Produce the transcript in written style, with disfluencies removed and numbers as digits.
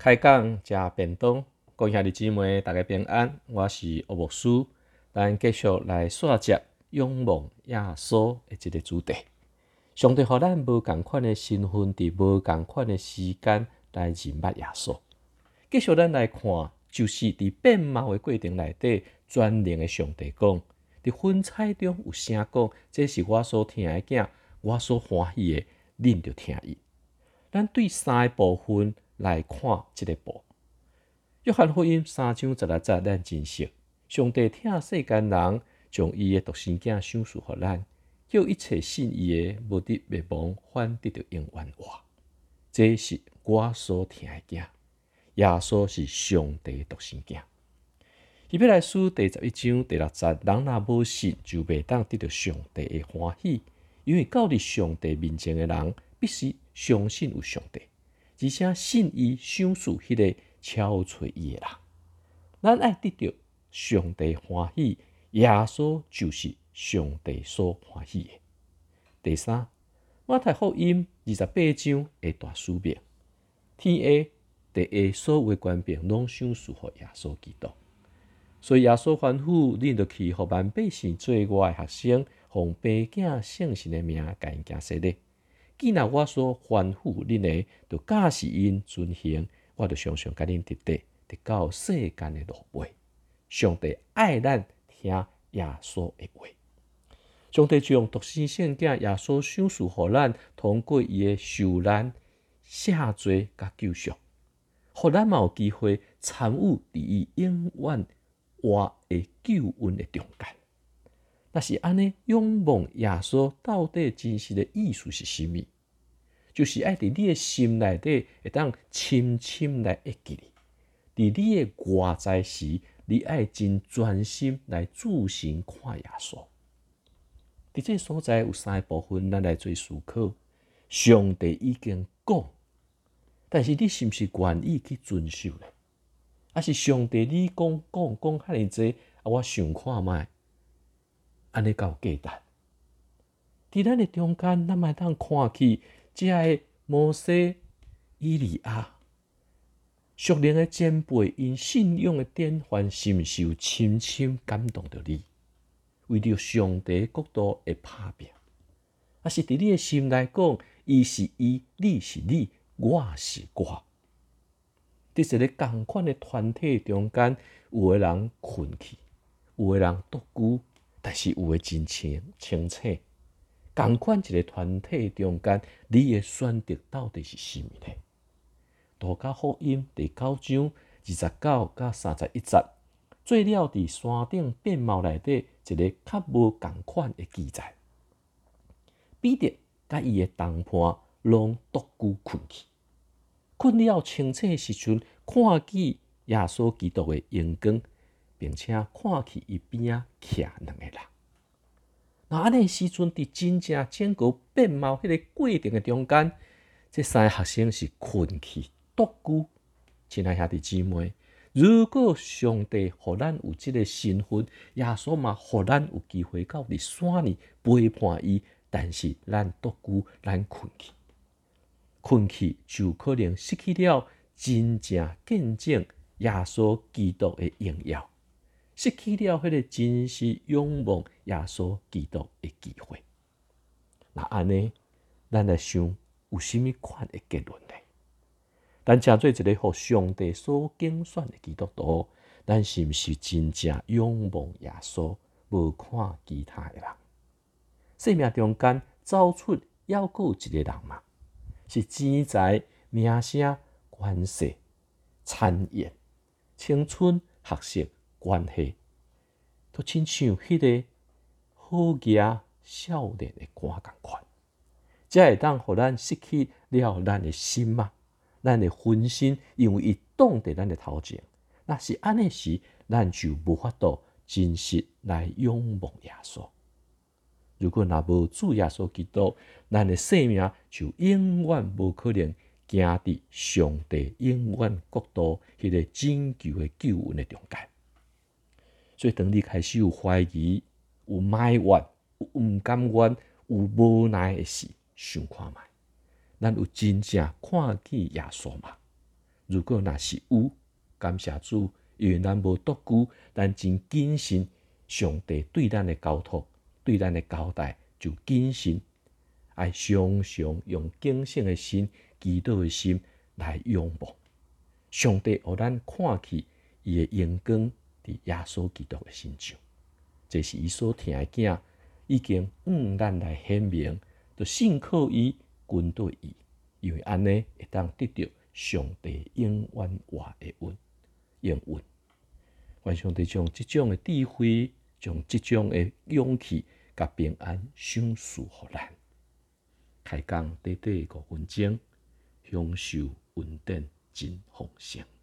开讲食便当，各位兄弟姊妹，大家平安。我是欧牧师，咱继续来说接仰望耶稣的这个主题。上帝予咱无共款的身份，伫无共款的时间来认捌耶稣。继续咱来看，就是伫变貌的过程内底，全能的上帝讲，伫粉彩中有声讲：这是我所听的囝，我所欢喜的，恁着听伊。咱对三个部分来看这个部。约翰福音3章16节，咱真熟。上帝疼世间人，将伊的独生囝赏赐予咱，叫一切信伊的，无得灭亡，反得着永远活。这是我所听的囝。耶稣是上帝的独生囝。希伯来书第11章第6节，人若无信，就袂当得到上帝的欢喜，因为到伫上帝面前的人，必须相信有上帝，而且信伊赏赐迄个超找伊的人。咱爱得到上帝欢喜，耶稣就是上帝所欢喜的。第三，马太福音28章的大使命，天下地下所有权柄拢赏赐予耶稣基督。所以耶稣吩咐，恁着去，互万百姓做我的学生，奉爸囝圣神的名，甲因行洗礼。既然我所吩咐恁的，就教示因遵行，我就常常甲恁直直到世间的落尾。上帝爱咱听耶稣的话。上帝将独生圣囝耶稣赏赐予咱，通过伊的受难、赦罪甲救赎，互咱嘛有机会参与伫伊永远活的救恩的中间。若是安尼，仰望耶稣到底真实的意思是甚物？就是爱伫你的心内底会当深深来会记你，伫你的外在时，你爱真专心来注心看耶稣。伫这所在有三个部分，咱来做思考。上帝已经讲，但是你是毋是愿意去遵守呢？还是上帝你讲遐尼济，我想看卖，安尼才有价值。伫咱的中间，咱嘛当看去，这个摩西、以利亚，属灵的前辈，因信仰的典范，是毋是有深深感动着你？为着上帝国度的打拼，还是伫你的心来讲，伊是伊，你是你，我是我。伫一个共款的团体中间，有的人困去，有的人独居，但是有的真清醒。共款一个团体中间，你的选择到底是甚物呢？路加福音第9章29到31节，做了伫山顶变貌内底一个较无共款的记载。彼得甲伊的同伴拢独居困去。困了清醒的时阵，看见耶稣基督的阳光，并且看见伊边仔徛两个人。那安尼时阵，伫真正整个变貌迄个过程的中间，这三个学生是困去独居。亲爱兄弟姊妹，如果上帝予咱有这个身份，耶稣嘛予咱有机会到伫山里陪伴伊，但是咱独居，咱困去。困去就可能失去了真正见证耶稣基督的荣耀，失去了迄个真实仰望耶稣基督的机会。那安尼，咱来想有甚物款的结论呢？咱正做一个互上帝所拣选的基督徒，咱是毋是真正仰望耶稣，无看其他的人？生命中间走出还阁有一个人嘛？是钱财、名声、关系、产业、青春、学习、关系，都亲像迄个好野少年的歌同款，才会当互咱失去了咱的心嘛，咱的分心，因为伊挡伫咱的头前。若是安尼时，咱就无法度真实来仰望耶稣。如果若无主耶稣基督，咱的生命就永远无可能行伫上帝永远国度迄个拯救的救恩的中间。所以，当你开始有怀疑、有埋怨、有毋甘愿、有无奈的时，想看觅，咱有真正看见耶稣吗？ 如果若是有，感谢主，因为咱无独居，咱真谨慎上帝对咱的交托，对咱的交代就谨慎，爱常常用敬虔的心、祈祷的心来仰望上帝，互咱看去伊的荣光伫耶稣基督的身上。这是伊所疼的囝，已经咱来显明，就信靠伊，跟对伊，因为安尼会当得到上帝永远活的应允。愿上帝将即种的智慧，将即种的勇气，甲平安赏赐互咱。开工短短5分钟，享受稳定真丰盛。